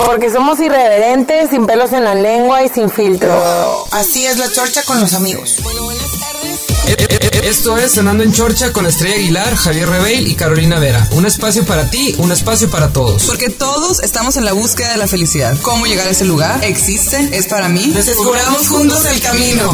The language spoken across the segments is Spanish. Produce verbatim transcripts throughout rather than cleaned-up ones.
Porque somos irreverentes, sin pelos en la lengua y sin filtro. Así es la chorcha con los amigos. Bueno, buenas tardes. Esto es Cenando en Chorcha con Estrella Aguilar, Javier Reveil y Carolina Vera. Un espacio para ti, un espacio para todos. Porque todos estamos en la búsqueda de la felicidad. ¿Cómo llegar a ese lugar? ¿Existe? ¿Es para mí? Descubramos juntos el camino.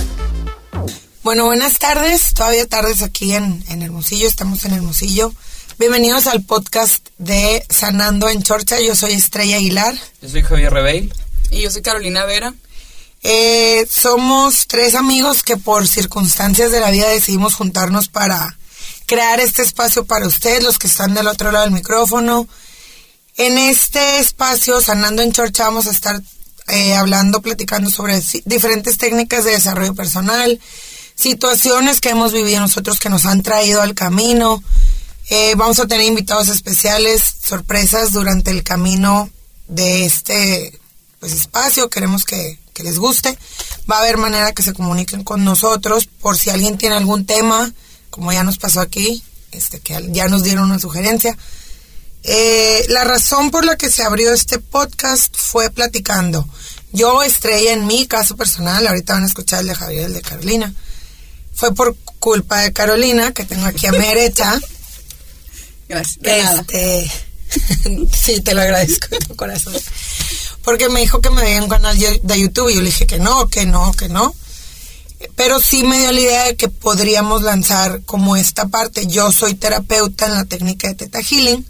Bueno, buenas tardes. Todavía tardes aquí en, en Hermosillo. Estamos en Hermosillo. Bienvenidos al podcast de Sanando en Chorcha. Yo soy Estrella Aguilar. Yo soy Javier Reveil. Y yo soy Carolina Vera. Eh, somos tres amigos que por circunstancias de la vida decidimos juntarnos para crear este espacio para ustedes, los que están del otro lado del micrófono. En este espacio, Sanando en Chorcha, vamos a estar eh, hablando, platicando sobre si- diferentes técnicas de desarrollo personal, situaciones que hemos vivido nosotros que nos han traído al camino. Eh, vamos a tener invitados especiales, sorpresas durante el camino de este pues, espacio. Queremos que, que les guste. Va a haber manera que se comuniquen con nosotros por si alguien tiene algún tema, como ya nos pasó aquí, este que ya nos dieron una sugerencia. Eh, la razón por la que se abrió este podcast fue platicando. Yo, Estrella, en mi caso personal, ahorita van a escuchar el de Javier y el de Carolina, fue por culpa de Carolina, que tengo aquí a mi derecha. Gracias. De nada. Este, sí, te lo agradezco de tu corazón. Porque me dijo que me veía un canal de YouTube y yo le dije que no, que no, que no. Pero sí me dio la idea de que podríamos lanzar como esta parte. Yo soy terapeuta en la técnica de Theta Healing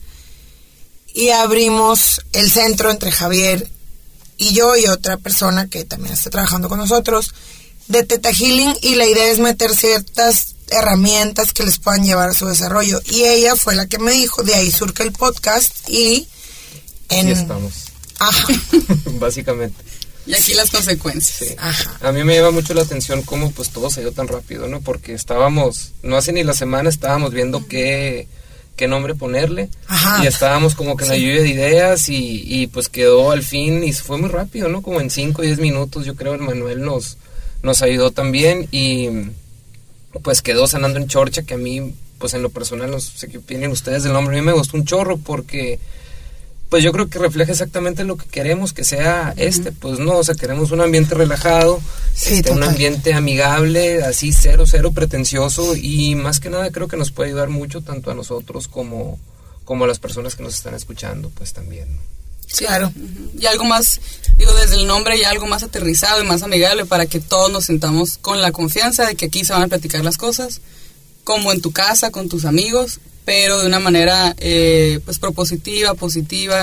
y abrimos el centro entre Javier y yo y otra persona que también está trabajando con nosotros de Theta Healing, y la idea es meter ciertas herramientas que les puedan llevar a su desarrollo. Y ella fue la que me dijo, de ahí surge el podcast y en... Y estamos. Ajá. Básicamente. Y aquí las consecuencias. Sí. Ajá. A mí me llama mucho la atención cómo pues todo se dio tan rápido, ¿no? Porque estábamos, no hace ni la semana estábamos viendo qué, qué nombre ponerle. Ajá. Y estábamos como que en la Sí. lluvia de ideas y, y pues quedó al fin y fue muy rápido, ¿no? Como en cinco o diez minutos yo creo el Manuel nos, nos ayudó también y pues quedó Sanando en Chorcha, que a mí pues en lo personal, no sé qué opinan ustedes del nombre, a mí me gustó un chorro porque pues yo creo que refleja exactamente lo que queremos que sea uh-huh. este, pues no, o sea, queremos un ambiente relajado, Sí, este, un total. ambiente amigable, así cero, cero pretencioso, y más que nada creo que nos puede ayudar mucho tanto a nosotros como, como a las personas que nos están escuchando, pues también, ¿no? Sí, Claro. uh-huh. Y algo más, digo, desde el nombre ya algo más aterrizado y más amigable para que todos nos sintamos con la confianza de que aquí se van a platicar las cosas, como en tu casa, con tus amigos, pero de una manera eh, pues propositiva, positiva,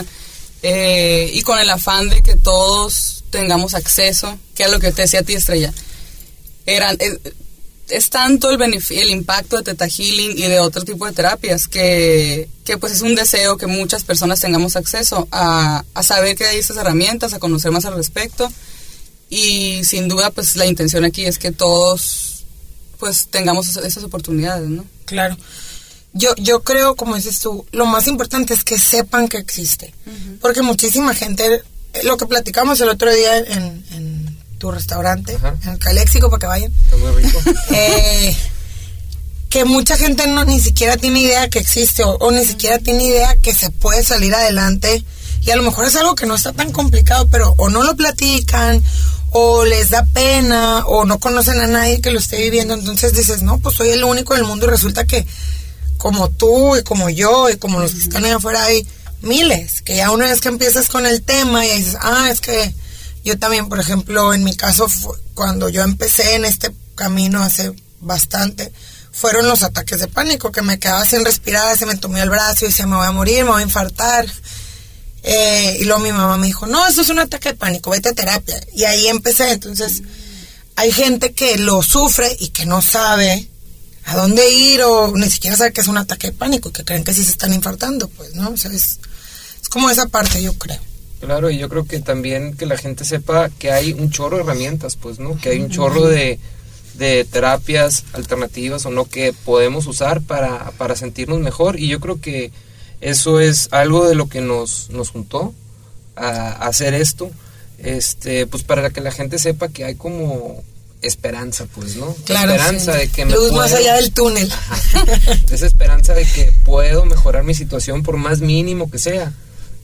eh, y con el afán de que todos tengamos acceso, que es lo que te decía a ti, Estrella. Eran, es, es tanto el, beneficio, el impacto de Theta Healing y de otro tipo de terapias que, que pues es un deseo que muchas personas tengamos acceso a, a saber que hay estas herramientas, a conocer más al respecto, y sin duda pues la intención aquí es que todos pues tengamos esas oportunidades, ¿no? Claro. Yo, yo creo, como dices tú, lo más importante es que sepan que existe. Uh-huh. Porque muchísima gente, lo que platicamos el otro día en, en tu restaurante, Ajá. en el Caléxico, para que vayan. Está muy rico. Eh, que mucha gente no ni siquiera tiene idea que existe o, o ni siquiera tiene idea que se puede salir adelante. Y a lo mejor es algo que no está tan complicado, pero o no lo platican, o les da pena, o no conocen a nadie que lo esté viviendo. Entonces dices, no, pues soy el único del mundo, y resulta que como tú y como yo y como los que están allá afuera hay miles, que ya una vez que empiezas con el tema y dices, ah, es que yo también, por ejemplo, en mi caso, fue, cuando yo empecé en este camino hace bastante, fueron los ataques de pánico, que me quedaba sin respirar, se me tomó el brazo y decía, me voy a morir, me voy a infartar. Eh, y luego mi mamá me dijo, no, eso es un ataque de pánico, vete a terapia. Y ahí empecé. Entonces, hay gente que lo sufre y que no sabe a dónde ir, o ni siquiera sabe que es un ataque de pánico, que creen que sí se están infartando, pues, ¿no? O sea, es, es como esa parte, yo creo. Claro, y yo creo que también que la gente sepa que hay un chorro de herramientas, pues, ¿no? Que hay un chorro de, de terapias alternativas o no que podemos usar para, para sentirnos mejor, y yo creo que eso es algo de lo que nos, nos juntó a, a hacer esto, este, pues para que la gente sepa que hay como esperanza, pues, ¿no? Claro, esperanza sí. de que me luz puedo, más allá del túnel. Ajá, esa esperanza de que puedo mejorar mi situación por más mínimo que sea.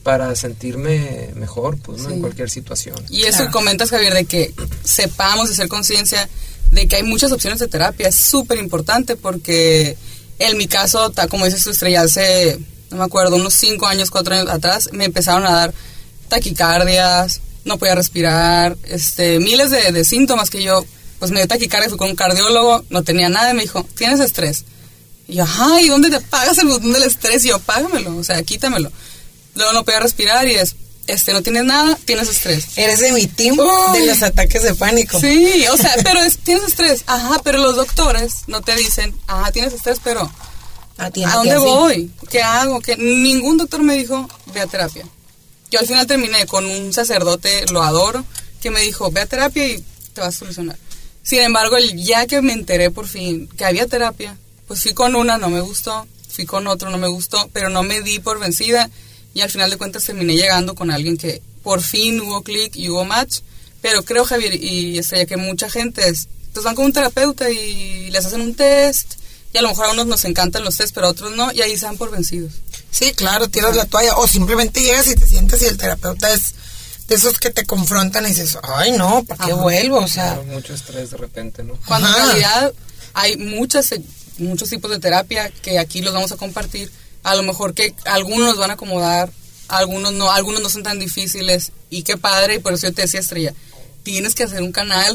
para sentirme mejor, pues, ¿no? Sí. En cualquier situación. Y eso claro. Comentas, Javier, de que sepamos hacer conciencia de que hay muchas opciones de terapia. Es súper importante porque en mi caso, como dices tú, Estrella, hace, no me acuerdo, unos cinco años, cuatro años atrás, me empezaron a dar taquicardias, no podía respirar, este, miles de, de síntomas que yo, pues me dio taquicardia, fui con un cardiólogo, no tenía nada y me dijo, ¿tienes estrés? Y yo, ajá, ¿y dónde te pagas el botón del estrés? Y yo, págamelo, o sea, quítamelo. Luego no podía respirar y es, este, no tienes nada, tienes estrés. Eres de mi team Uy. de los ataques de pánico. Sí, o sea, pero es, tienes estrés, ajá, pero los doctores no te dicen, ajá, tienes estrés, pero ¿a dónde voy? ¿Qué hago? ¿Qué? Ningún doctor me dijo, ve a terapia. Yo al final terminé con un sacerdote, lo adoro, que me dijo, ve a terapia y te vas a solucionar. Sin embargo, ya que me enteré por fin que había terapia, pues fui con una, no me gustó, fui con otro, no me gustó, pero no me di por vencida. Y al final de cuentas terminé llegando con alguien que por fin hubo clic y hubo match. Pero creo, Javier y Estrella, que mucha gente es, pues van con un terapeuta y les hacen un test. Y a lo mejor a unos nos encantan los test, pero a otros no. Y ahí se dan por vencidos. Sí, claro, tiras la toalla. O simplemente llegas y te sientas y el terapeuta es de esos que te confrontan y dices, ay no, ¿para qué Ajá. vuelvo? O sea, claro, mucho estrés de repente, ¿no? Cuando Ajá. en realidad hay muchas, muchos tipos de terapia que aquí los vamos a compartir. A lo mejor que algunos nos van a acomodar, algunos no, algunos no son tan difíciles, y qué padre, y por eso yo te decía, Estrella, tienes que hacer un canal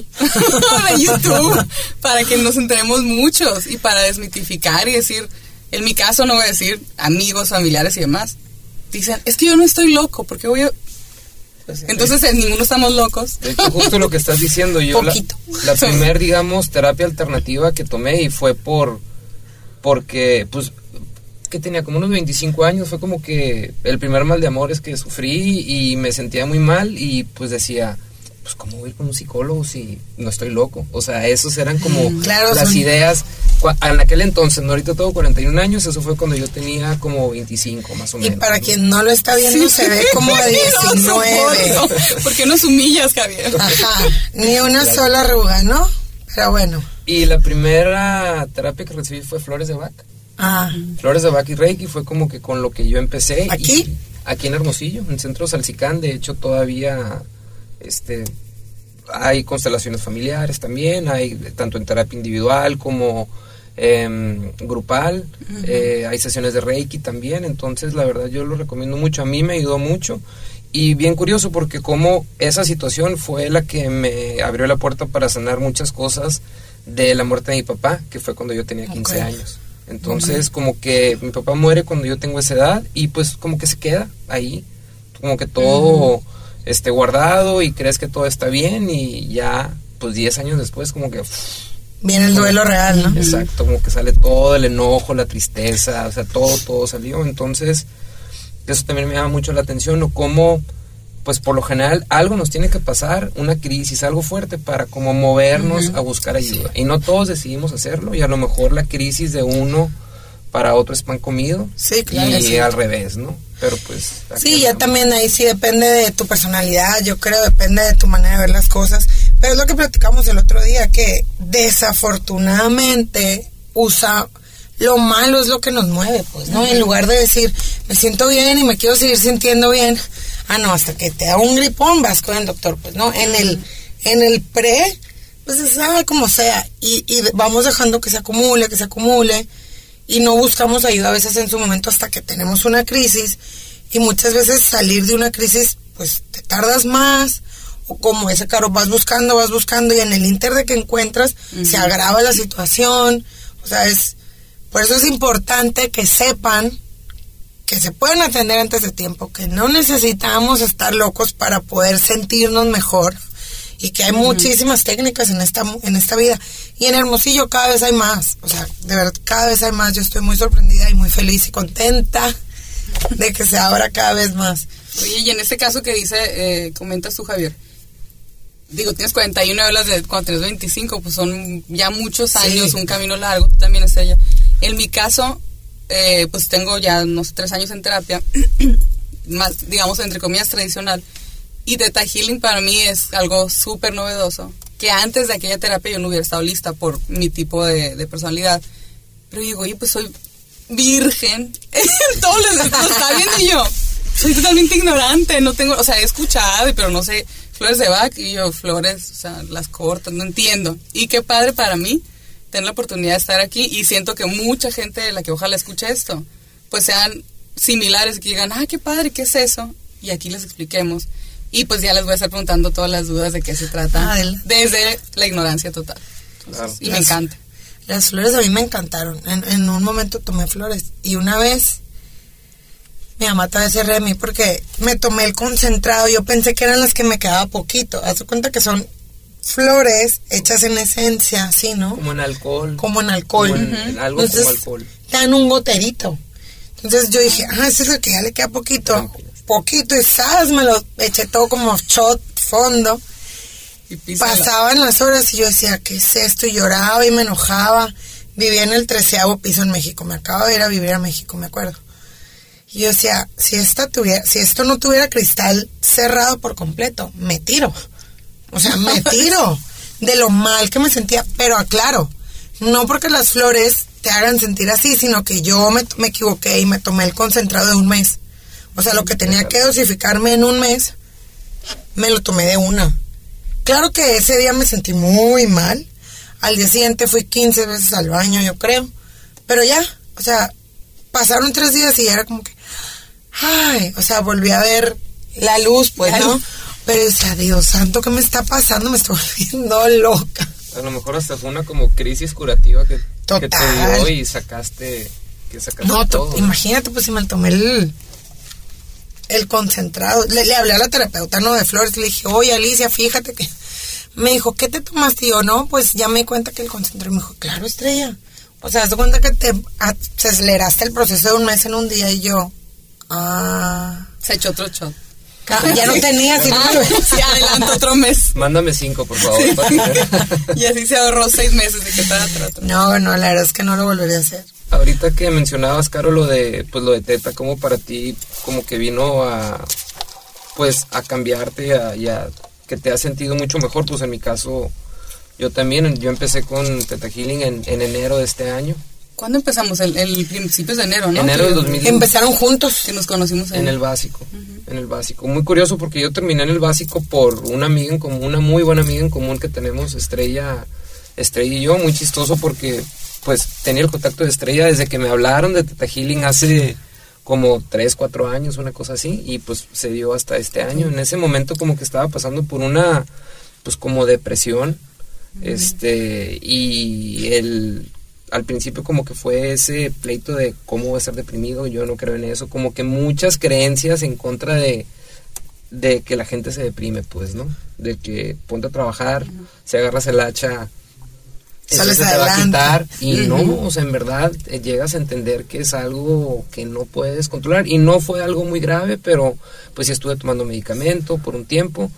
de YouTube para que nos enteremos muchos y para desmitificar y decir, en mi caso no voy a decir amigos, familiares y demás, dicen, es que yo no estoy loco, porque voy a... Pues, entonces eh, ninguno estamos locos. De hecho, justo lo que estás diciendo, yo Poquito. la, la primer, digamos, terapia alternativa que tomé y fue por, porque, pues, que tenía como unos veinticinco años, fue como que el primer mal de amores que sufrí y me sentía muy mal y pues decía, pues cómo voy a ir con un psicólogo si no estoy loco. O sea, esos eran como claro, las son... ideas. En aquel entonces, no, ahorita tengo cuarenta y un años, eso fue cuando yo tenía como veinticinco más o menos. Y para ¿no? quien no lo está viendo, sí. se ve como de diecinueve. No, ¿por qué nos humillas, Javier? Ajá, ni una claro. sola arruga, ¿no? Pero bueno. Y la primera terapia que recibí fue Flores de Bach. Ah. Flores de Bach y Reiki fue como que con lo que yo empecé. ¿Aquí? Y aquí en Hermosillo, en el Centro Salsicán. De hecho, todavía este, hay constelaciones familiares también, hay tanto en terapia individual como eh, grupal, uh-huh. eh, hay sesiones de Reiki también. Entonces, la verdad, yo lo recomiendo mucho. A mí me ayudó mucho. Y bien curioso porque como esa situación fue la que me abrió la puerta para sanar muchas cosas de la muerte de mi papá, que fue cuando yo tenía quince okay. años. Entonces, como que mi papá muere cuando yo tengo esa edad y pues como que se queda ahí, como que todo uh-huh. este, guardado y crees que todo está bien y ya, pues diez años después como que... Viene el duelo real, ¿no? Exacto, como que sale todo el enojo, la tristeza, o sea, todo, todo salió. Entonces, eso también me llama mucho la atención, o cómo... pues por lo general algo nos tiene que pasar, una crisis, algo fuerte para como movernos uh-huh. a buscar ayuda. Sí. Y no todos decidimos hacerlo y a lo mejor la crisis de uno para otro es pan comido. Sí, claro. Y sí. al revés, ¿no? Pero pues... Sí, ya también ahí sí depende de tu personalidad, yo creo, depende de tu manera de ver las cosas. Pero es lo que platicamos el otro día, que desafortunadamente usa... Lo malo es lo que nos mueve, pues, ¿no? Uh-huh. En lugar de decir, me siento bien y me quiero seguir sintiendo bien... Ah, no, hasta que te da un gripón vas con el doctor, pues, ¿no? En el en el pre, pues, sabe como sea, y, y vamos dejando que se acumule, que se acumule, y no buscamos ayuda a veces en su momento hasta que tenemos una crisis, y muchas veces salir de una crisis, pues, te tardas más, o como ese caro, vas buscando, vas buscando, y en el inter de que encuentras, uh-huh. se agrava la situación, o sea, es, por eso es importante que sepan que se pueden atender antes de tiempo, que no necesitamos estar locos para poder sentirnos mejor y que hay uh-huh. muchísimas técnicas en esta en esta vida. Y en Hermosillo cada vez hay más, o sea, de verdad cada vez hay más. Yo estoy muy sorprendida y muy feliz y contenta de que se abra cada vez más. Oye, y en este caso que dice, eh, comentas tú, Javier, digo, tienes cuarenta y uno, hablas de cuando tienes veinticinco, pues son ya muchos años, sí. un camino largo, tú también es ella. En mi caso... Eh, pues tengo ya unos tres años en terapia, más, digamos, entre comillas, tradicional, y Theta Healing para mí es algo súper novedoso, que antes de aquella terapia yo no hubiera estado lista por mi tipo de, de personalidad, pero digo, oye, pues soy virgen, todos les está bien, y yo, soy totalmente ignorante, no tengo, o sea, he escuchado, pero no sé, flores de Bach, y yo, flores, o sea, las cortas, no entiendo. Y qué padre para mí tener la oportunidad de estar aquí, y siento que mucha gente de la que ojalá escuche esto, pues sean similares, que digan, ah, qué padre, ¿qué es eso? Y aquí les expliquemos. Y pues ya les voy a estar preguntando todas las dudas de qué se trata, Adelante. desde la ignorancia total. Entonces, Claro. y Las- me encanta. Las flores a mí me encantaron. En, en un momento tomé flores y una vez mi mamá todavía se ríe de mí porque me tomé el concentrado. Yo pensé que eran las que me quedaba poquito. Haz de cuenta que son flores hechas en esencia, ¿sí, no? Como en alcohol. Como en alcohol. Como en- en algo Entonces, como alcohol. te dan un goterito. Entonces yo dije, ah, ese es el que ya le queda poquito. Poquito y sabes, me lo eché todo como shot, fondo. Y písala. Pasaban las horas y yo decía, ¿qué es esto? Y lloraba y me enojaba. Vivía en el treceavo piso en México. Me acabo de ir a vivir a México, me acuerdo. Y yo decía, si esta tuviera, si esto no tuviera cristal cerrado por completo, me tiro. O sea, me tiro de lo mal que me sentía. Pero aclaro, no porque las flores te hagan sentir así, sino que yo me, me equivoqué y me tomé el concentrado de un mes. O sea, lo que tenía que dosificarme en un mes, me lo tomé de una. Claro que ese día me sentí muy mal. Al día siguiente fui quince veces al baño, yo creo. Pero ya, o sea, pasaron tres días y era como que, ay, o sea, volví a ver la luz, pues, La ¿no? luz. Pero decía, Dios santo, ¿qué me está pasando? Me estoy volviendo loca. A lo mejor hasta fue una como crisis curativa que, que te Total. dio y sacaste, que sacaste No, to- todo. imagínate, pues, si me tomé el, el concentrado. Le, le hablé a la terapeuta, no, de flores, le dije, oye, Alicia, fíjate que... Me dijo, ¿qué te tomaste? Y yo, no, pues ya me di cuenta que el concentrado. Me dijo, claro, Estrella. O sea, haz de cuenta que te a- se aceleraste el proceso de un mes en un día. Y yo, ah... Se echó otro shot. ca- ya no tenía, si no Ah, me lo- sí, adelantó otro mes. Mándame cinco, por favor. para tener- Y así se ahorró seis meses de que estaba trato. No, no, la verdad es que no lo volvería a hacer. Ahorita que mencionabas, Caro, lo de, pues lo de Teta, como para ti, como que vino a, pues, a cambiarte a- y a que te has sentido mucho mejor. Pues en mi caso, yo también, yo empecé con Teta Healing en, en enero de este año. ¿Cuándo empezamos? El, el principios de enero, ¿no? Enero que, del dos mil. Empezaron juntos. que nos conocimos ahí. En el básico, en el básico. Muy curioso porque yo terminé en el básico por una amiga en común, una muy buena amiga en común que tenemos, Estrella, Estrella y yo. Muy chistoso porque pues tenía el contacto de Estrella desde que me hablaron de Teta Healing hace como tres, cuatro años, una cosa así, y pues se dio hasta este año. En ese momento como que estaba pasando por una, pues como depresión, este, y el... Al principio como que fue ese pleito de cómo voy a estar deprimido, yo no creo en eso, como que muchas creencias en contra de, de que la gente se deprime, pues, ¿no? De que ponte a trabajar, si agarras el hacha, eso Sales se te va a adelante. quitar, y no, o sea, en verdad eh, llegas a entender que es algo que no puedes controlar, y no fue algo muy grave, pero pues sí estuve tomando medicamento por un tiempo,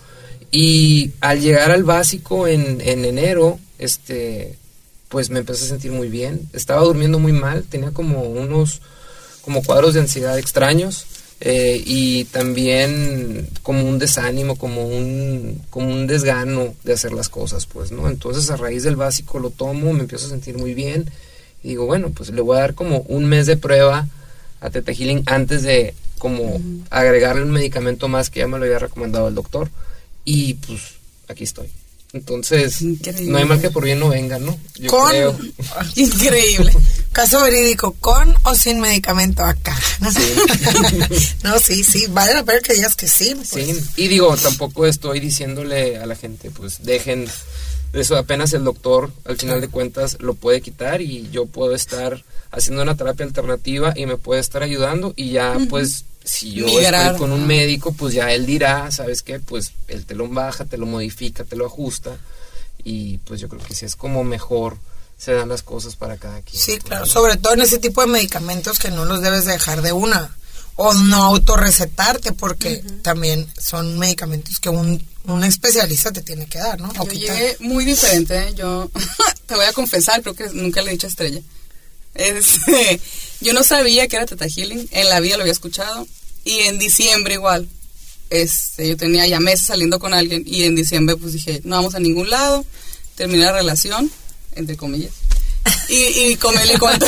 y al llegar al básico en, en enero, este... pues me empecé a sentir muy bien. Estaba durmiendo muy mal, tenía como unos como cuadros de ansiedad extraños, eh, y también como un desánimo, como un como un desgano de hacer las cosas, pues, ¿no? Entonces a raíz del básico lo tomo, me empiezo a sentir muy bien y digo, bueno, pues le voy a dar como un mes de prueba a Teta Healing antes de como uh-huh. agregarle un medicamento más que ya me lo había recomendado el doctor, y pues aquí estoy. Entonces, increíble. No hay mal que por bien no venga, ¿no? Yo con creo. Increíble. Caso verídico, con o sin medicamento acá. Sí. No, sí, sí, vale la pena que digas que sí. Pues. Sí, y digo, tampoco estoy diciéndole a la gente, pues dejen eso, apenas el doctor al final de cuentas lo puede quitar y yo puedo estar haciendo una terapia alternativa y me puede estar ayudando y ya uh-huh. pues si yo Migrar. estoy con un médico, pues ya él dirá, ¿sabes qué? Pues él te lo baja, te lo modifica, te lo ajusta y pues yo creo que sí es como mejor se dan las cosas para cada quien. Sí, claro, ¿no? Sobre todo en ese tipo de medicamentos que no los debes dejar de una o no autorrecetarte porque uh-huh. también son medicamentos que un, un especialista te tiene que dar, ¿no? Yo llegué muy diferente, ¿eh? Yo te voy a confesar, creo que nunca le he dicho a Estrella. Este, yo no sabía que era Teta Healing, en la vida lo había escuchado y en diciembre igual, este, yo tenía ya meses saliendo con alguien y en diciembre pues dije, no vamos a ningún lado, terminé la relación, entre comillas, Y, y come, le comentó,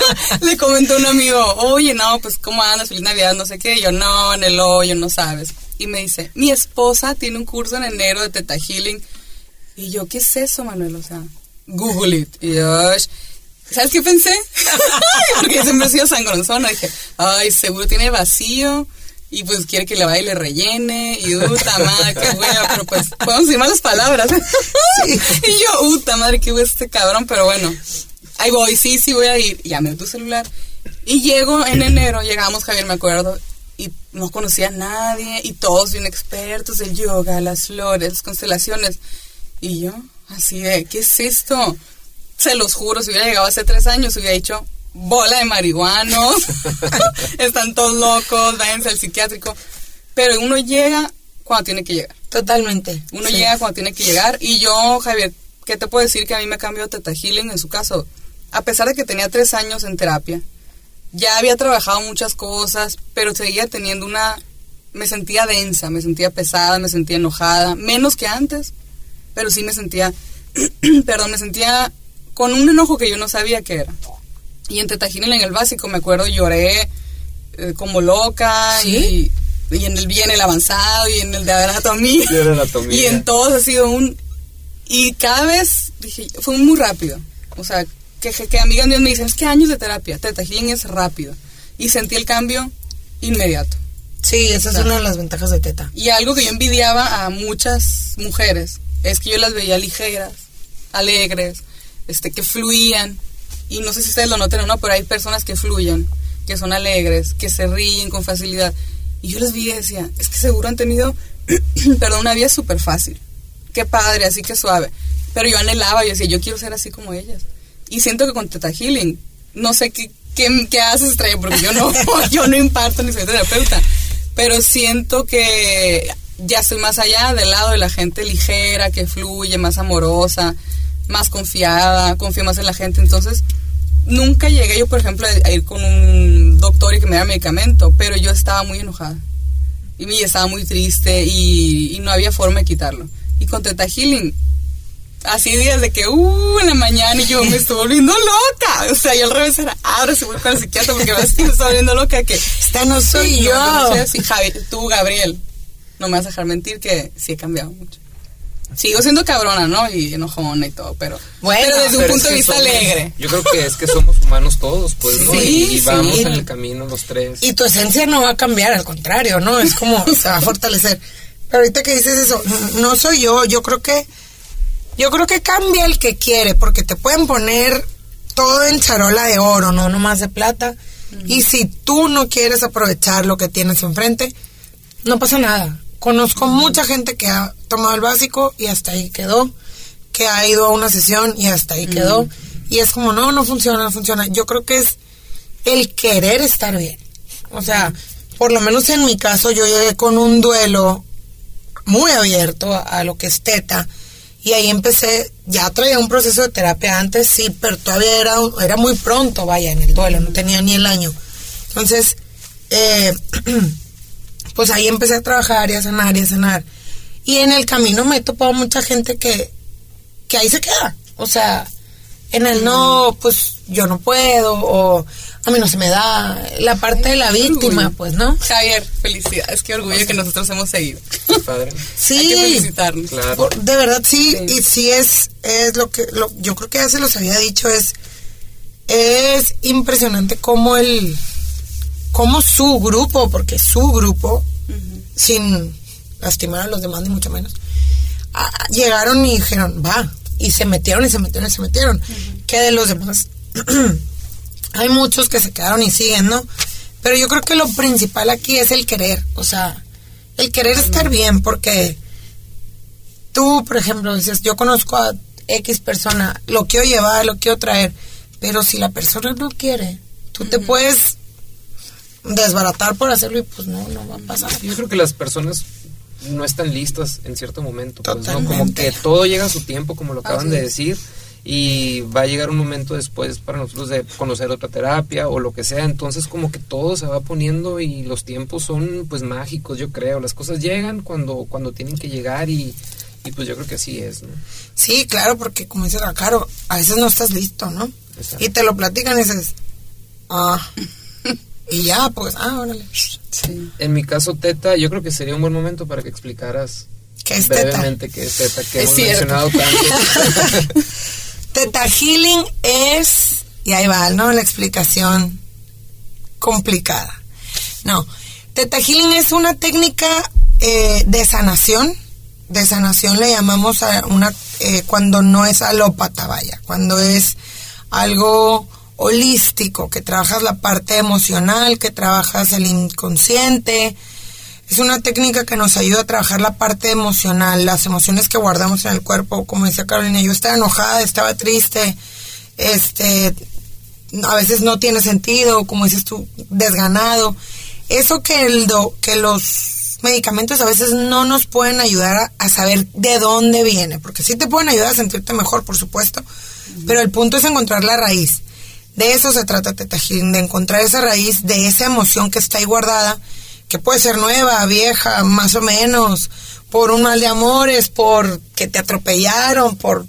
le comentó un amigo, oye, no, pues, ¿cómo andas? Feliz Navidad, no sé qué. Y yo, no, en el hoyo, no sabes. Y me dice, mi esposa tiene un curso en enero de Theta Healing. Y yo, ¿qué es eso, Manuel? O sea, Google it. Y yo, ¿sabes qué pensé? Porque siempre he sido sangonzona. Dije, ay, seguro tiene vacío. Y pues quiere que le vaya y le rellene. Y puta madre, qué hueva. Pero pues, podemos decir malas palabras. Sí. Y yo, puta madre, qué hueva este cabrón. Pero bueno, ahí voy, sí, sí voy a ir. Y ya me doy tu celular. Y llego en enero, llegamos, Javier, me acuerdo. Y no conocía a nadie. Y todos bien expertos del yoga, las flores, las constelaciones. Y yo, así de, ¿qué es esto? Se los juro, si hubiera llegado hace tres años, hubiera dicho, bola de marihuanos, están todos locos, váyanse al psiquiátrico. Pero uno llega cuando tiene que llegar. Totalmente. Uno sí. llega cuando tiene que llegar. Y yo, Javier, ¿qué te puedo decir? Que a mí me cambió Theta Healing en su caso. A pesar de que tenía tres años en terapia, ya había trabajado muchas cosas, pero seguía teniendo una... Me sentía densa, me sentía pesada, me sentía enojada, menos que antes, pero sí me sentía... perdón, me sentía con un enojo que yo no sabía qué era. Y en Theta Healing, en el básico, me acuerdo, lloré eh, como loca. ¿Sí? y, y en el bien, el avanzado, y en el de anatomía. Y en anatomía. Y en todos ha sido un... Y cada vez, dije, fue muy rápido. O sea, que, que, que amigas mías me dicen, es que años de terapia, Theta Healing es rápido. Y sentí el cambio inmediato. Sí, esa o sea, es una de las ventajas de Theta. Y algo que yo envidiaba a muchas mujeres es que yo las veía ligeras, alegres, este, que fluían. Y no sé si ustedes lo notan o no, pero hay personas que fluyen, que son alegres, que se ríen con facilidad. Y yo las vi y decía, es que seguro han tenido, perdón, una vida súper fácil. Qué padre, así que suave. Pero yo anhelaba, yo decía, yo quiero ser así como ellas. Y siento que con Theta Healing, no sé qué, qué, qué haces, Estrella, porque yo no, yo no imparto ni soy terapeuta. Pero siento que ya estoy más allá del lado de la gente ligera, que fluye, más amorosa, más confiada, confío más en la gente. Entonces, nunca llegué yo, por ejemplo, a ir con un doctor y que me diera medicamento, pero yo estaba muy enojada. Y estaba muy triste y, y no había forma de quitarlo. Y con Theta Healing, así días de que, uh, en la mañana y yo me estoy volviendo loca. O sea, yo al revés era, ahora se voy con el psiquiatra porque me estoy volviendo loca. Que esta no soy yo. No, no soy así. Javi, tú, Gabriel, no me vas a dejar mentir que sí he cambiado mucho. Sigo siendo cabrona, ¿no? Y enojona y todo, pero, bueno, pero desde pero un punto de vista somos, alegre. Yo creo que es que somos humanos todos, pues, ¿no? Sí, y, y vamos sí. en el camino los tres. Y tu esencia no va a cambiar, al contrario, ¿no? Es como, se va a fortalecer. Pero ahorita que dices eso, no soy yo, yo creo que, yo creo que cambia el que quiere, porque te pueden poner todo en charola de oro, no nomás de plata. Uh-huh. Y si tú no quieres aprovechar lo que tienes enfrente, no pasa nada. Conozco mucha gente que ha tomado el básico y hasta ahí quedó, que ha ido a una sesión y hasta ahí mm. quedó, y es como, no, no funciona, no funciona. Yo creo que es el querer estar bien. O sea, por lo menos en mi caso, yo llegué con un duelo muy abierto a, a lo que es Theta, y ahí empecé, ya traía un proceso de terapia antes, sí, pero todavía era, era muy pronto, vaya, en el duelo, no tenía ni el año. Entonces, eh... pues ahí empecé a trabajar y a sanar y a sanar. Y en el camino me he topado mucha gente que, que ahí se queda. O sea, en el no, pues yo no puedo, o a mí no se me da. La parte de la víctima, pues, ¿no? Javier, felicidades, qué orgullo, o sea, que nosotros hemos seguido. Padre. Sí. Hay que felicitarnos. Claro. De verdad, sí, sí. Y sí es, es lo que, lo, yo creo que ya se los había dicho, es, es impresionante cómo el... como su grupo, porque su grupo, uh-huh. sin lastimar a los demás ni mucho menos, a, llegaron y dijeron, va, y se metieron y se metieron y se metieron. Uh-huh. Que de los demás, hay muchos que se quedaron y siguen, ¿no? Pero yo creo que lo principal aquí es el querer, o sea, el querer uh-huh. estar bien, porque tú, por ejemplo, dices, yo conozco a X persona, lo quiero llevar, lo quiero traer, pero si la persona no quiere, tú uh-huh. te puedes desbaratar por hacerlo y pues no, no va a pasar. Yo creo que las personas no están listas en cierto momento, pues, ¿no? Como que todo llega a su tiempo, como lo acaban Así de decir, y va a llegar un momento después para nosotros de conocer otra terapia o lo que sea, entonces como que todo se va poniendo y los tiempos son pues mágicos, yo creo, las cosas llegan cuando, cuando tienen que llegar y, y pues yo creo que así es, ¿no? Sí, claro, porque como dice Caro, a veces no estás listo, ¿no? Exacto. Y te lo platican y dices, ah, y ya, pues, ah, órale. Sí. En mi caso, Teta, yo creo que sería un buen momento para que explicaras ¿Qué es Teta? brevemente qué es Teta, que Es hemos cierto. mencionado tanto. Teta Healing es, y ahí va, ¿no? La explicación complicada. No, Teta Healing es una técnica eh, de sanación. De sanación le llamamos a una eh, cuando no es alópata, vaya, cuando es algo holístico, que trabajas la parte emocional, que trabajas el inconsciente. Es una técnica que nos ayuda a trabajar la parte emocional, las emociones que guardamos en el cuerpo. Como decía Carolina, yo estaba enojada, estaba triste, este, a veces no tiene sentido, como dices tú, desganado. Eso que el do, que los medicamentos a veces no nos pueden ayudar a, a saber de dónde viene, porque sí te pueden ayudar a sentirte mejor, por supuesto, uh-huh. Pero el punto es encontrar la raíz. De eso se trata Teta Healing, de encontrar esa raíz de esa emoción que está ahí guardada, que puede ser nueva, vieja, más o menos, por un mal de amores, por que te atropellaron, por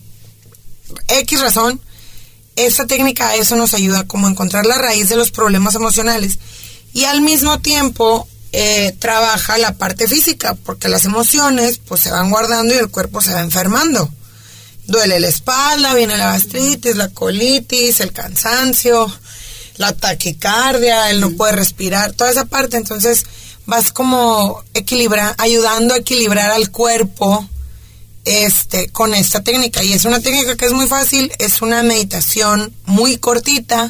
X razón. Esta técnica a eso nos ayuda, como a encontrar la raíz de los problemas emocionales, y al mismo tiempo eh, trabaja la parte física, porque las emociones pues se van guardando y el cuerpo se va enfermando. Duele la espalda, viene la gastritis, la colitis, el cansancio, la taquicardia, el no poder respirar, toda esa parte. Entonces vas como equilibrar, ayudando a equilibrar al cuerpo este con esta técnica. Y es una técnica que es muy fácil, es una meditación muy cortita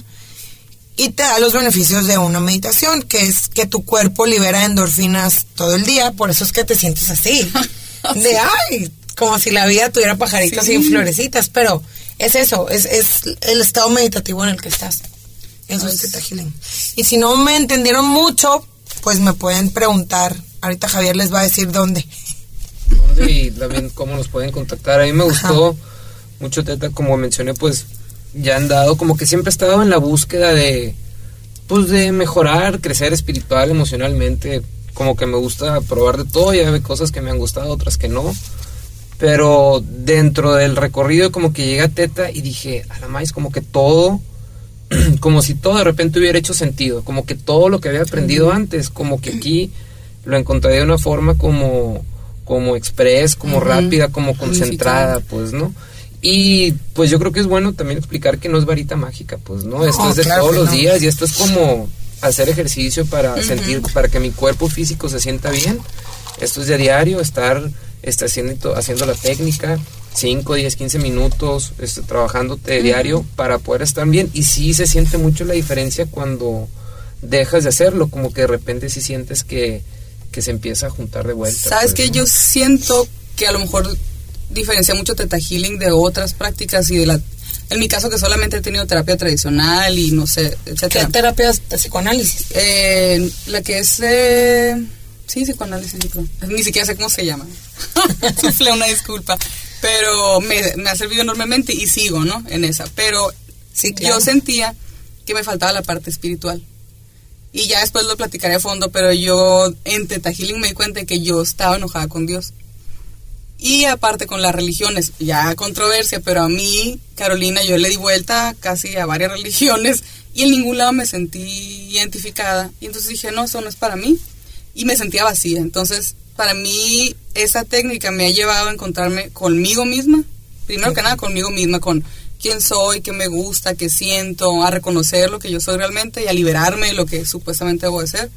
y te da los beneficios de una meditación, que es que tu cuerpo libera endorfinas todo el día. Por eso es que te sientes así, de ay, como si la vida tuviera pajaritos sí. y florecitas, pero es eso, es, es el estado meditativo en el que estás. Eso es Teta Healing. Y si no me entendieron mucho, pues me pueden preguntar. Ahorita Javier les va a decir dónde. ¿Dónde? Y también cómo nos pueden contactar. A mí me gustó Ajá. mucho Teta, como mencioné, pues ya han dado, como que siempre he estado en la búsqueda de, pues de mejorar, crecer espiritual, emocionalmente. Como que me gusta probar de todo, y hay cosas que me han gustado, otras que no. Pero dentro del recorrido como que llegué a Teta y dije, a la maíz, como que todo, como si todo de repente hubiera hecho sentido, como que todo lo que había aprendido antes, como que aquí lo encontré de una forma como, como express, como uh-huh. rápida, como concentrada, pues, ¿no? Y pues yo creo que es bueno también explicar que no es varita mágica, pues, ¿no? Esto oh, es de claro todos los no. días, y esto es como hacer ejercicio para uh-huh. sentir, para que mi cuerpo físico se sienta bien. Esto es de diario, estar está haciendo, haciendo la técnica cinco, diez, quince minutos, este, trabajándote de diario uh-huh. para poder estar bien. Y sí se siente mucho la diferencia cuando dejas de hacerlo, como que de repente sí sientes que, que se empieza a juntar de vuelta. ¿Sabes pues, qué? ¿no? Yo siento que a lo mejor diferencia mucho Teta Healing de otras prácticas, y de la, en mi caso que solamente he tenido terapia tradicional y no sé, etcétera. ¿Qué terapias de psicoanálisis? Eh, la que es... Eh, Sí, psicoanálisis, yo creo. Ni siquiera sé cómo se llama. Sufle una disculpa. Pero me, me ha servido enormemente y sigo, ¿no? En esa. Pero sí, claro. Yo sentía que me faltaba la parte espiritual. Y ya después lo platicaré a fondo, pero yo en Teta Healing me di cuenta de que yo estaba enojada con Dios. Y aparte con las religiones, ya controversia, pero a mí, Carolina, yo le di vuelta casi a varias religiones y en ningún lado me sentí identificada. Y entonces dije, no, eso no es para mí. Y me sentía vacía. Entonces, para mí, esa técnica me ha llevado a encontrarme conmigo misma. Primero que nada, conmigo misma, con quién soy, qué me gusta, qué siento, a reconocer lo que yo soy realmente y a liberarme de lo que supuestamente debo de ser.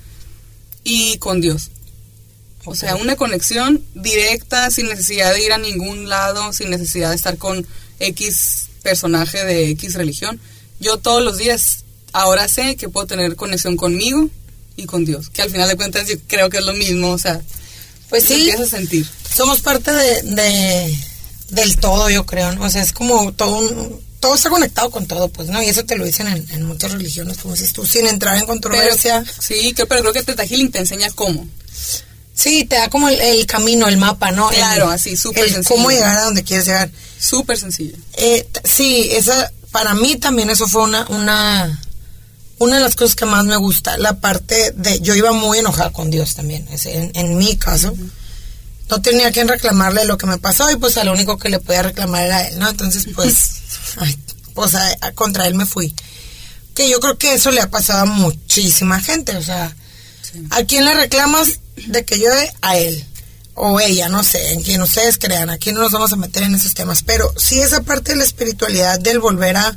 Y con Dios. O sea, una conexión directa, sin necesidad de ir a ningún lado, sin necesidad de estar con X personaje de X religión. Yo todos los días, ahora sé que puedo tener conexión conmigo y con Dios, que al final de cuentas yo creo que es lo mismo, o sea, pues sí, empiezas a sentir. Somos parte de, de del todo, yo creo, ¿no? O sea, es como todo un, todo está conectado con todo, pues, ¿no? Y eso te lo dicen en, en muchas religiones, como dices tú, sin entrar en controversia. Pero, sí, que, pero creo que Teta Healing te enseña cómo. Sí, te da como el, el camino, el mapa, ¿no? Claro, el, así, súper sencillo. Cómo llegar a donde quieres llegar. Súper sencillo. Eh, sí, esa, para mí también eso fue una, una, una de las cosas que más me gusta, la parte de, yo iba muy enojada con Dios también, en, en mi caso. Uh-huh. No tenía a quien reclamarle lo que me pasó y pues al único que le podía reclamar era a él, ¿no? Entonces, pues, ay, pues a, a, contra él me fui. Que yo creo que eso le ha pasado a muchísima gente, o sea, sí. ¿A quién le reclamas de que llore? A él. O ella, no sé, en quien ustedes crean, aquí no nos vamos a meter en esos temas, pero sí esa parte de la espiritualidad del volver a,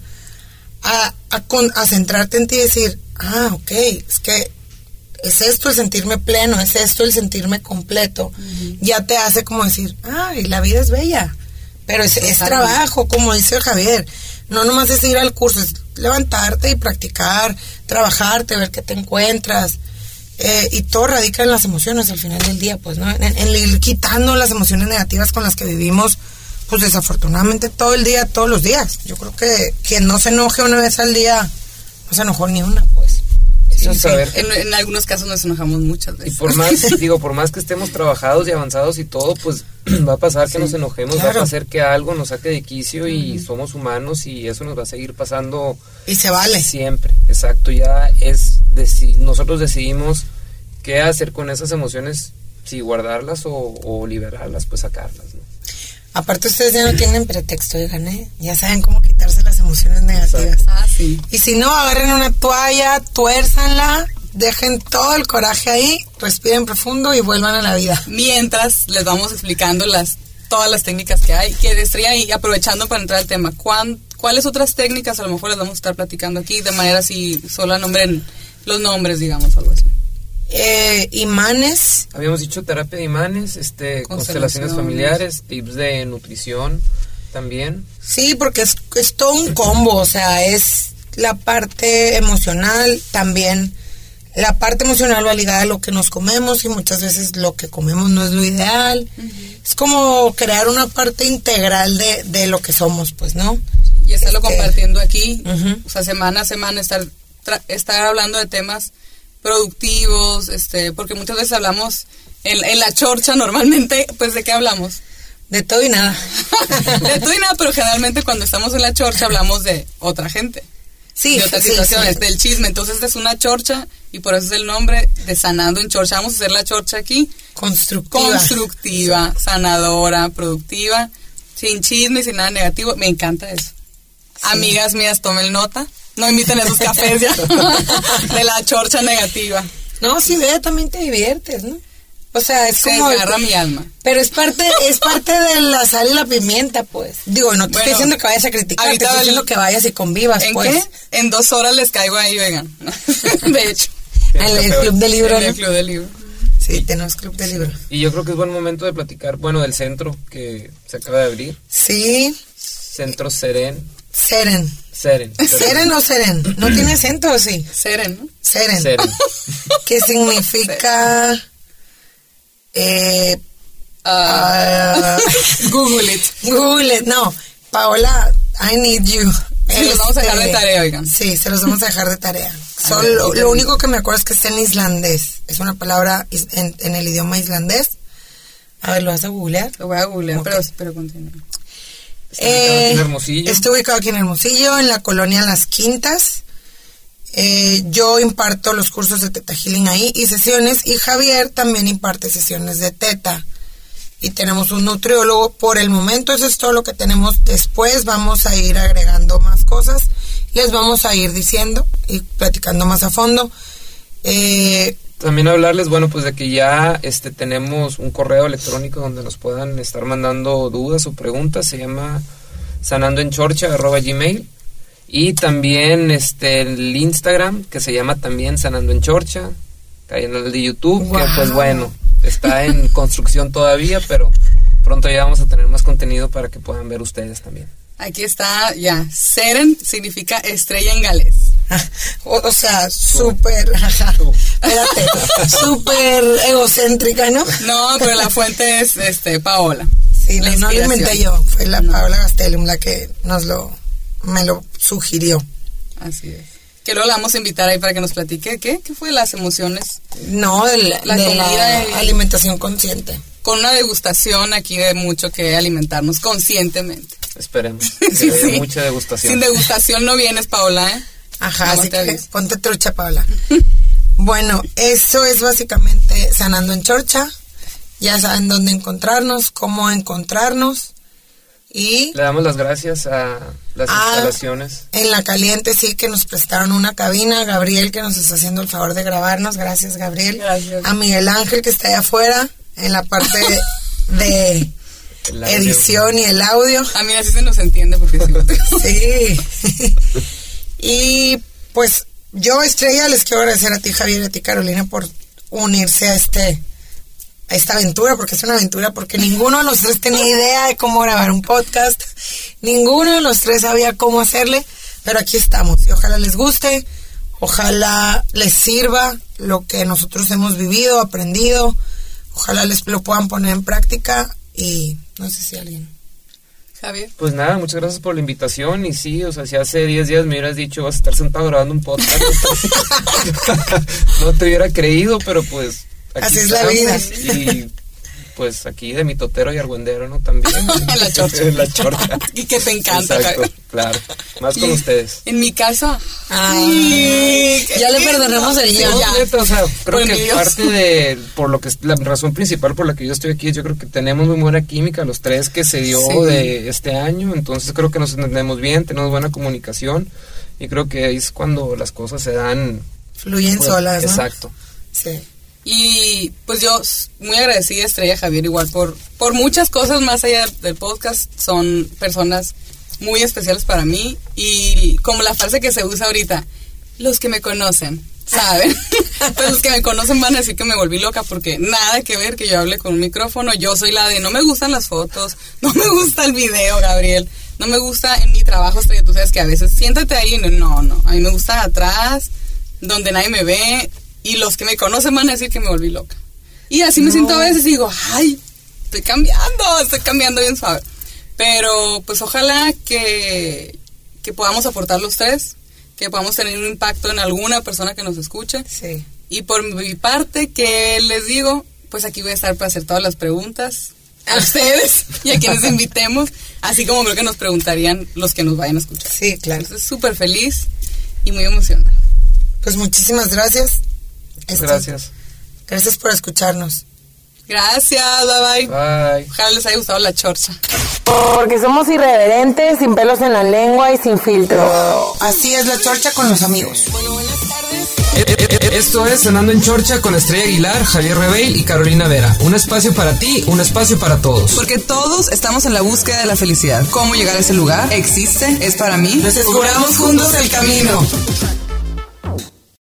a, a, con, a centrarte en ti y decir, ah, ok, es que es esto el sentirme pleno, es esto el sentirme completo, uh-huh. Ya te hace como decir, ay, la vida es bella, pero es, es trabajo, como dice Javier, no nomás es ir al curso, es levantarte y practicar, trabajarte, ver qué te encuentras. Eh, y todo radica en las emociones al final del día, pues, ¿no? En, en ir quitando las emociones negativas con las que vivimos, pues desafortunadamente todo el día, todos los días. Yo creo que quien no se enoje una vez al día, no se enojó ni una, pues. Sí, sí. En, en algunos casos nos enojamos muchas veces. Y por más, digo, por más que estemos trabajados y avanzados y todo, pues va a pasar que sí, nos enojemos, claro. Va a pasar que algo nos saque de quicio y uh-huh. somos humanos y eso nos va a seguir pasando. Y se vale. Siempre, exacto, ya es, deci- nosotros decidimos qué hacer con esas emociones, si guardarlas o, o liberarlas, pues sacarlas, ¿no? Aparte ustedes ya no tienen pretexto, oigan, ¿eh? Ya saben cómo quitarse las emociones negativas. Ah, sí. Y si no, agarren una toalla, tuérzanla, dejen todo el coraje ahí, respiren profundo y vuelvan a la vida. Mientras les vamos explicando las todas las técnicas que hay, que estaría ahí aprovechando para entrar al tema. ¿Cuán, ¿Cuáles otras técnicas a lo mejor les vamos a estar platicando aquí de manera así, solo nombren los nombres, digamos, algo así? Eh, imanes. Habíamos dicho terapia de imanes, este, constelaciones familiares, tips de nutrición también. Sí, porque es, es todo un combo, o sea, es la parte emocional, también la parte emocional va ligada a lo que nos comemos y muchas veces lo que comemos no es lo ideal. Uh-huh. Es como crear una parte integral de, de lo que somos, pues, ¿no? Y estarlo este, compartiendo aquí, uh-huh. O sea, semana a semana, estar, tra- estar hablando de temas productivos, este, porque muchas veces hablamos en, en la chorcha normalmente, pues ¿de qué hablamos? De todo y nada. De todo y nada, pero generalmente cuando estamos en la chorcha hablamos de otra gente. Sí, de otras sí, situaciones, sí. Del chisme. Entonces esta es una chorcha y por eso es el nombre de Sanando en Chorcha. Vamos a hacer la chorcha aquí. Constructiva. Constructiva, sanadora, productiva, sin chisme y sin nada negativo. Me encanta eso. Sí. Amigas mías, tomen nota. No inviten a esos cafés ya de la chorcha negativa. No, sí, ve, también te diviertes, ¿no? O sea, es Se como... Se desgarra mi alma. Pero es parte es parte de la sal y la pimienta, pues. Digo, no te bueno, estoy diciendo que vayas a criticar, te estoy diciendo que vayas y convivas, ¿en pues. ¿En qué? En dos horas les caigo ahí, oigan. De hecho. En el, el club de libro, En ¿no? el club de libro. Sí, tenemos club de libro. Y yo creo que es buen momento de platicar, bueno, del centro que se acaba de abrir. Sí. Centro Seren. Seren. Seren. Seren, ¿Seren o Seren? ¿No tiene acento o sí? Seren, ¿no? Seren. Seren. ¿Qué significa? Eh, uh, uh, Google it. Google it. No, Paola, I need you. Se este, los vamos a dejar de tarea, oigan. Sí, se los vamos a dejar de tarea. Solo, lo, lo único que me acuerdo es que está en islandés. Es una palabra en, en el idioma islandés. A ver, ¿lo vas a googlear? Lo voy a googlear, okay. pero, pero continúa. Está ubicado aquí en Hermosillo. Estoy ubicado aquí en Hermosillo, en la colonia Las Quintas. Eh, yo imparto los cursos de Theta Healing ahí y sesiones, y Javier también imparte sesiones de Theta. Y tenemos un nutriólogo. Por el momento eso es todo lo que tenemos. Después vamos a ir agregando más cosas. Les vamos a ir diciendo y platicando más a fondo. Eh, También hablarles, bueno, pues de que ya este tenemos un correo electrónico donde nos puedan estar mandando dudas o preguntas. Se llama sanandoenchorcha arroba gmail. Y también este el Instagram, que se llama también Sanando en Chorcha. Canal de YouTube, wow. Que pues bueno, está en construcción todavía, pero pronto ya vamos a tener más contenido para que puedan ver ustedes también. Aquí está ya, Seren significa estrella en galés. O, o sea, súper, espérate, súper egocéntrica, ¿no? No, pero la fuente es este Paola. Sí, no, no lo inventé yo, fue la no. Paola Gastelum la que nos lo, me lo sugirió. Así es. Que luego la vamos a invitar ahí para que nos platique, ¿qué? ¿Qué fue las emociones? No, de la, la, de comida la y alimentación consciente. Con una degustación aquí de mucho que alimentarnos conscientemente. Esperemos que sí, haya sí. mucha degustación. Sin degustación no vienes, Paola, ¿eh? Ajá, así que ponte trucha, Paola. Bueno, eso es básicamente Sanando en Chorcha. Ya saben dónde encontrarnos, cómo encontrarnos. Y Le damos las gracias a las Ah, instalaciones. en La Caliente sí que nos prestaron una cabina. Gabriel que nos está haciendo el favor de grabarnos. Gracias, Gabriel. Gracias. A Miguel Ángel que está allá afuera en la parte de El audio. edición y el audio. A mí así se nos entiende porque sí. Sí. Y pues yo, Estrella, les quiero agradecer a ti, Javier, y a ti, Carolina, por unirse a este a esta aventura, porque es una aventura, porque ninguno de los tres tenía idea de cómo grabar un podcast, ninguno de los tres sabía cómo hacerle, pero aquí estamos, y ojalá les guste, ojalá les sirva lo que nosotros hemos vivido, aprendido, ojalá les lo puedan poner en práctica, y no sé si alguien... Javier. Pues nada, muchas gracias por la invitación. Y sí, o sea, si hace diez días me hubieras dicho vas a estar sentado grabando un podcast, no te hubiera creído, pero pues aquí Así es la vida. Y pues aquí de mi totero y argüendero, ¿no? También. En la chorcha. En la chorcha. Y que te encanta, Exacto, Javier. claro. Más con Y ustedes. En mi casa. Ay, sí, ya le qué perdonamos el lindo. ya. No, Ya. neta, o sea, creo Por que Dios. parte de, por lo que es la razón principal por la que yo estoy aquí, es yo creo que tenemos muy buena química los tres que se dio Sí. de este año, entonces creo que nos entendemos bien, tenemos buena comunicación y creo que ahí es cuando las cosas se dan. Fluyen pues, solas, ¿no? Exacto. Sí. Y pues yo s- muy agradecida, Estrella, Javier, igual por, por muchas cosas más allá del podcast. Son personas muy especiales para mí. Y como la frase que se usa ahorita, los que me conocen, ¿saben? Pues los que me conocen van a decir que me volví loca porque nada que ver que yo hable con un micrófono. Yo soy la de no me gustan las fotos, no me gusta el video, Gabriel. No me gusta en mi trabajo, Estrella, tú sabes que a veces siéntate ahí y no, no, no. A mí me gusta atrás, donde nadie me ve. Y los que me conocen van a decir que me volví loca. Y así me No. siento a veces y digo, ay, estoy cambiando, estoy cambiando bien suave. Pero pues ojalá que, que podamos aportar los tres, que podamos tener un impacto en alguna persona que nos escuche. Sí. Y por mi parte, que les digo, pues aquí voy a estar para hacer todas las preguntas a ustedes y a quienes invitemos, así como creo que nos preguntarían los que nos vayan a escuchar. Sí, claro. Entonces, súper feliz y muy emocionada. Pues muchísimas gracias. Este, Gracias. Gracias por escucharnos. Gracias, bye bye. Bye. Ojalá les haya gustado la chorcha. Porque somos irreverentes, sin pelos en la lengua y sin filtro. Así es la chorcha con los amigos. Esto es Cenando en Chorcha con Estrella Aguilar, Javier Rebeil y Carolina Vera. Un espacio para ti, un espacio para todos. Porque todos estamos en la búsqueda de la felicidad. ¿Cómo llegar a ese lugar? ¿Existe? ¿Es para mí? Descubramos juntos el camino.